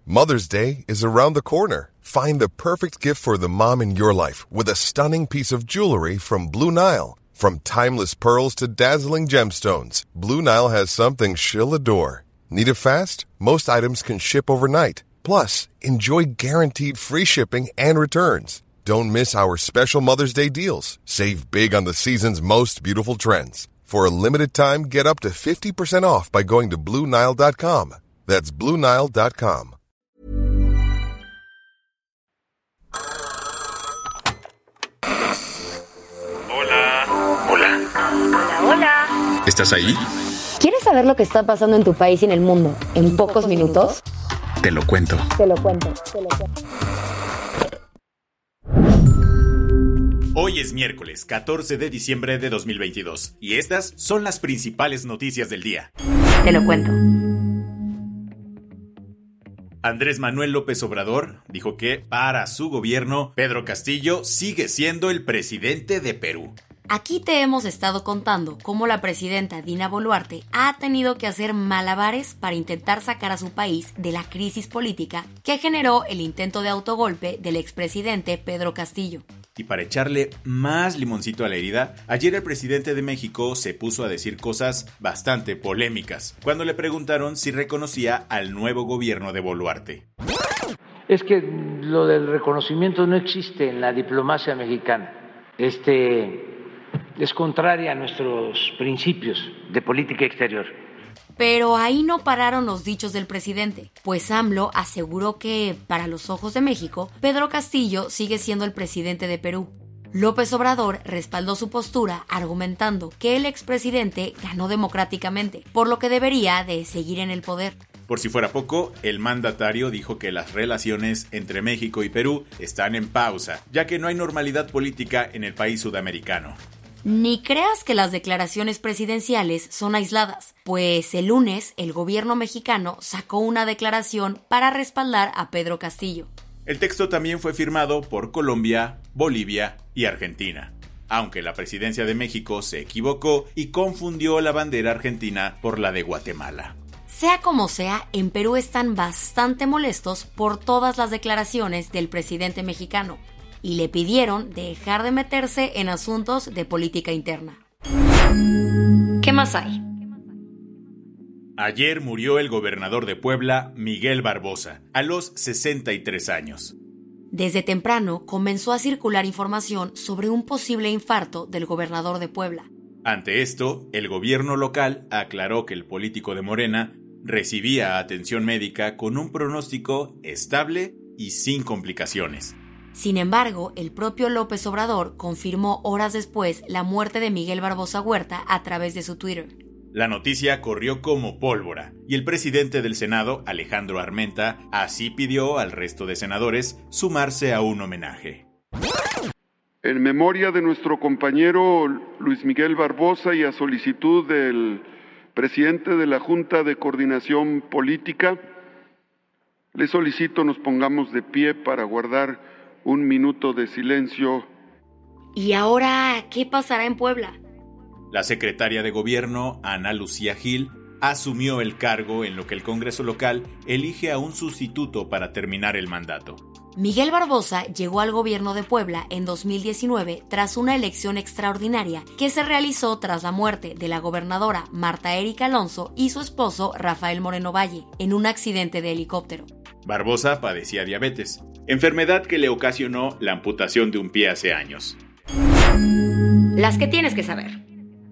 Mother's Day is around the corner. Find the perfect gift for the mom in your life with a stunning piece of jewelry from Blue Nile. From timeless pearls to dazzling gemstones, Blue Nile has something she'll adore. Need it fast? Most items can ship overnight. Plus, enjoy guaranteed free shipping and returns. Don't miss our special Mother's Day deals. Save big on the season's most beautiful trends. For a limited time, get up to 50% off by going to BlueNile.com. That's BlueNile.com. Hola. Hola. Hola, hola. ¿Estás ahí? ¿Quieres saber lo que está pasando en tu país y en el mundo en pocos minutos? Te lo cuento. Te lo cuento. Hoy es miércoles 14 de diciembre de 2022 y estas son las principales noticias del día. Te lo cuento. Andrés Manuel López Obrador dijo que, para su gobierno, Pedro Castillo sigue siendo el presidente de Perú. Aquí te hemos estado contando cómo la presidenta Dina Boluarte ha tenido que hacer malabares para intentar sacar a su país de la crisis política que generó el intento de autogolpe del expresidente Pedro Castillo. Y para echarle más limoncito a la herida, ayer el presidente de México se puso a decir cosas bastante polémicas cuando le preguntaron si reconocía al nuevo gobierno de Boluarte. Es que lo del reconocimiento no existe en la diplomacia mexicana. Es contraria a nuestros principios de política exterior. Pero ahí no pararon los dichos del presidente, pues AMLO aseguró que, para los ojos de México, Pedro Castillo sigue siendo el presidente de Perú. López Obrador respaldó su postura argumentando que el expresidente ganó democráticamente, por lo que debería de seguir en el poder. Por si fuera poco, el mandatario dijo que las relaciones entre México y Perú están en pausa, ya que no hay normalidad política en el país sudamericano. Ni creas que las declaraciones presidenciales son aisladas, pues el lunes el gobierno mexicano sacó una declaración para respaldar a Pedro Castillo. El texto también fue firmado por Colombia, Bolivia y Argentina, aunque la presidencia de México se equivocó y confundió la bandera argentina por la de Guatemala. Sea como sea, en Perú están bastante molestos por todas las declaraciones del presidente mexicano y le pidieron dejar de meterse en asuntos de política interna. ¿Qué más hay? Ayer murió el gobernador de Puebla, Miguel Barbosa, a los 63 años. Desde temprano comenzó a circular información sobre un posible infarto del gobernador de Puebla. Ante esto, el gobierno local aclaró que el político de Morena recibía atención médica con un pronóstico estable y sin complicaciones. Sin embargo, el propio López Obrador confirmó horas después la muerte de Miguel Barbosa Huerta a través de su Twitter. La noticia corrió como pólvora y el presidente del Senado, Alejandro Armenta, así pidió al resto de senadores sumarse a un homenaje. En memoria de nuestro compañero Luis Miguel Barbosa y a solicitud del presidente de la Junta de Coordinación Política, le solicito nos pongamos de pie para guardar un minuto de silencio. ¿Y ahora qué pasará en Puebla? La secretaria de Gobierno, Ana Lucía Gil, asumió el cargo en lo que el Congreso local elige a un sustituto para terminar el mandato. Miguel Barbosa llegó al gobierno de Puebla en 2019 tras una elección extraordinaria que se realizó tras la muerte de la gobernadora Marta Erika Alonso y su esposo Rafael Moreno Valle en un accidente de helicóptero. Barbosa padecía diabetes, enfermedad que le ocasionó la amputación de un pie hace años. Las que tienes que saber.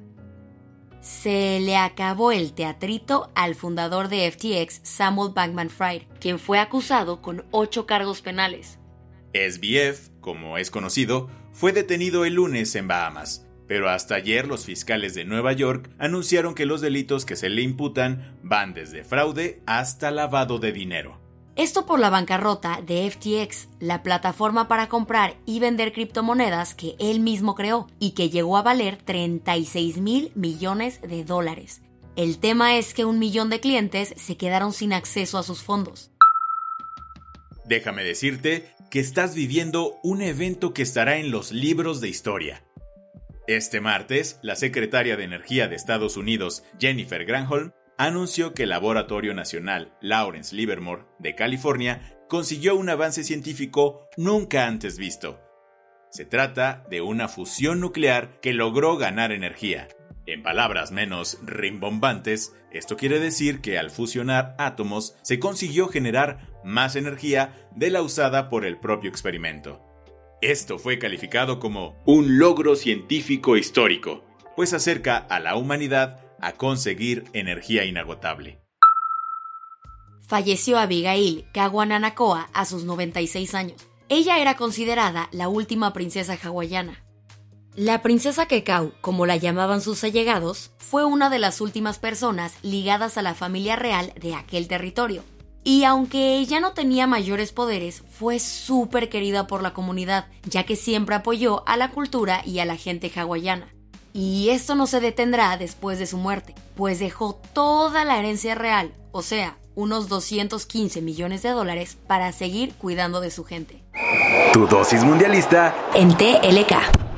Se le acabó el teatrito al fundador de FTX, Samuel Bankman-Fried, quien fue acusado con 8 cargos penales. SBF, como es conocido, fue detenido el lunes en Bahamas, pero hasta ayer los fiscales de Nueva York anunciaron que los delitos que se le imputan van desde fraude hasta lavado de dinero. Esto por la bancarrota de FTX, la plataforma para comprar y vender criptomonedas que él mismo creó y que llegó a valer $36,000 millones. El tema es que 1 millón de clientes se quedaron sin acceso a sus fondos. Déjame decirte que estás viviendo un evento que estará en los libros de historia. Este martes, la secretaria de Energía de Estados Unidos, Jennifer Granholm, anunció que el Laboratorio Nacional Lawrence Livermore de California consiguió un avance científico nunca antes visto. Se trata de una fusión nuclear que logró ganar energía. En palabras menos rimbombantes, esto quiere decir que al fusionar átomos se consiguió generar más energía de la usada por el propio experimento. Esto fue calificado como un logro científico histórico, pues acerca a la humanidad a conseguir energía inagotable. Falleció Abigail Kawananakoa a sus 96 años. Ella era considerada la última princesa hawaiana. La princesa Kekau, como la llamaban sus allegados, fue una de las últimas personas ligadas a la familia real de aquel territorio. Y aunque ella no tenía mayores poderes, fue súper querida por la comunidad, ya que siempre apoyó a la cultura y a la gente hawaiana. Y esto no se detendrá después de su muerte, pues dejó toda la herencia real, o sea, unos $215 millones para seguir cuidando de su gente. Tu dosis mundialista En TLK.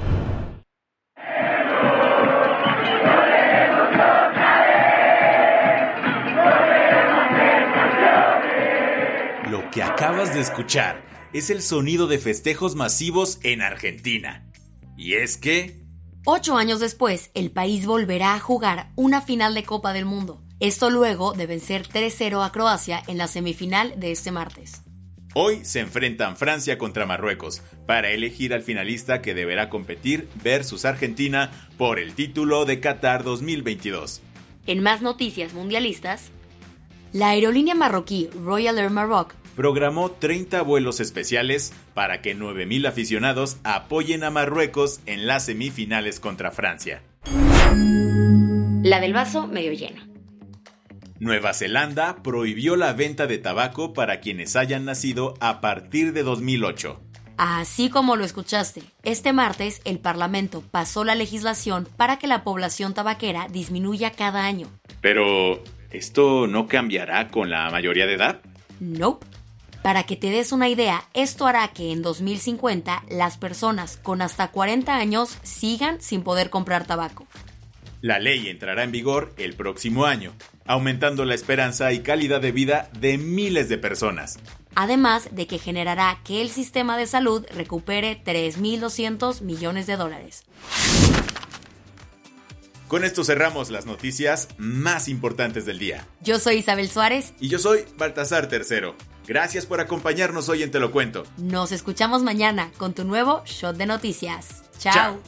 Lo que acabas de escuchar es el sonido de festejos masivos en Argentina. Y es que 8 años después, el país volverá a jugar una final de Copa del Mundo. Esto luego de vencer 3-0 a Croacia en la semifinal de este martes. Hoy se enfrentan Francia contra Marruecos para elegir al finalista que deberá competir versus Argentina por el título de Qatar 2022. En más noticias mundialistas, la aerolínea marroquí Royal Air Maroc programó 30 vuelos especiales para que 9,000 aficionados apoyen a Marruecos en las semifinales contra Francia. La del vaso medio lleno. Nueva Zelanda prohibió la venta de tabaco para quienes hayan nacido a partir de 2008. Así como lo escuchaste, este martes el Parlamento pasó la legislación para que la población tabaquera disminuya cada año. Pero, ¿esto no cambiará con la mayoría de edad? Nope. Para que te des una idea, esto hará que en 2050 las personas con hasta 40 años sigan sin poder comprar tabaco. La ley entrará en vigor el próximo año, aumentando la esperanza y calidad de vida de miles de personas. Además de que generará que el sistema de salud recupere $3,200 millones. Con esto cerramos las noticias más importantes del día. Yo soy Isabel Suárez. Y yo soy Baltasar Tercero. Gracias por acompañarnos hoy en Te lo Cuento. Nos escuchamos mañana con tu nuevo Shot de Noticias. ¡Chao!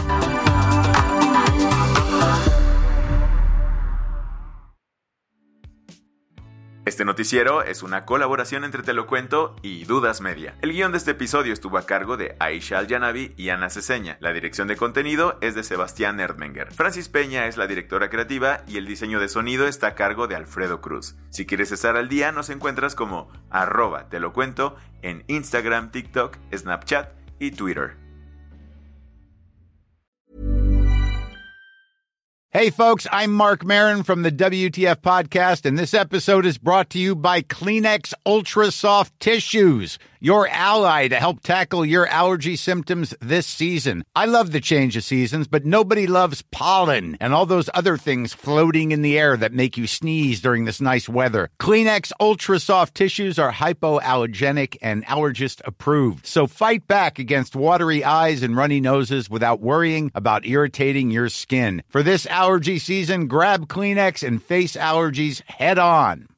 Este noticiero es una colaboración entre Te lo Cuento y Dudas Media. El guión de este episodio estuvo a cargo de Aisha Al-Janabi y Ana Ceseña. La dirección de contenido es de Sebastián Erdmenger. Francis Peña es la directora creativa y el diseño de sonido está a cargo de Alfredo Cruz. Si quieres estar al día, nos encuentras como @telocuento en Instagram, TikTok, Snapchat y Twitter. Hey, folks, I'm Mark Maron from the WTF Podcast, and this episode is brought to you by Kleenex Ultra Soft Tissues, your ally to help tackle your allergy symptoms this season. I love the change of seasons, but nobody loves pollen and all those other things floating in the air that make you sneeze during this nice weather. Kleenex Ultra Soft Tissues are hypoallergenic and allergist approved, so fight back against watery eyes and runny noses without worrying about irritating your skin. For this allergy season, grab Kleenex and face allergies head on.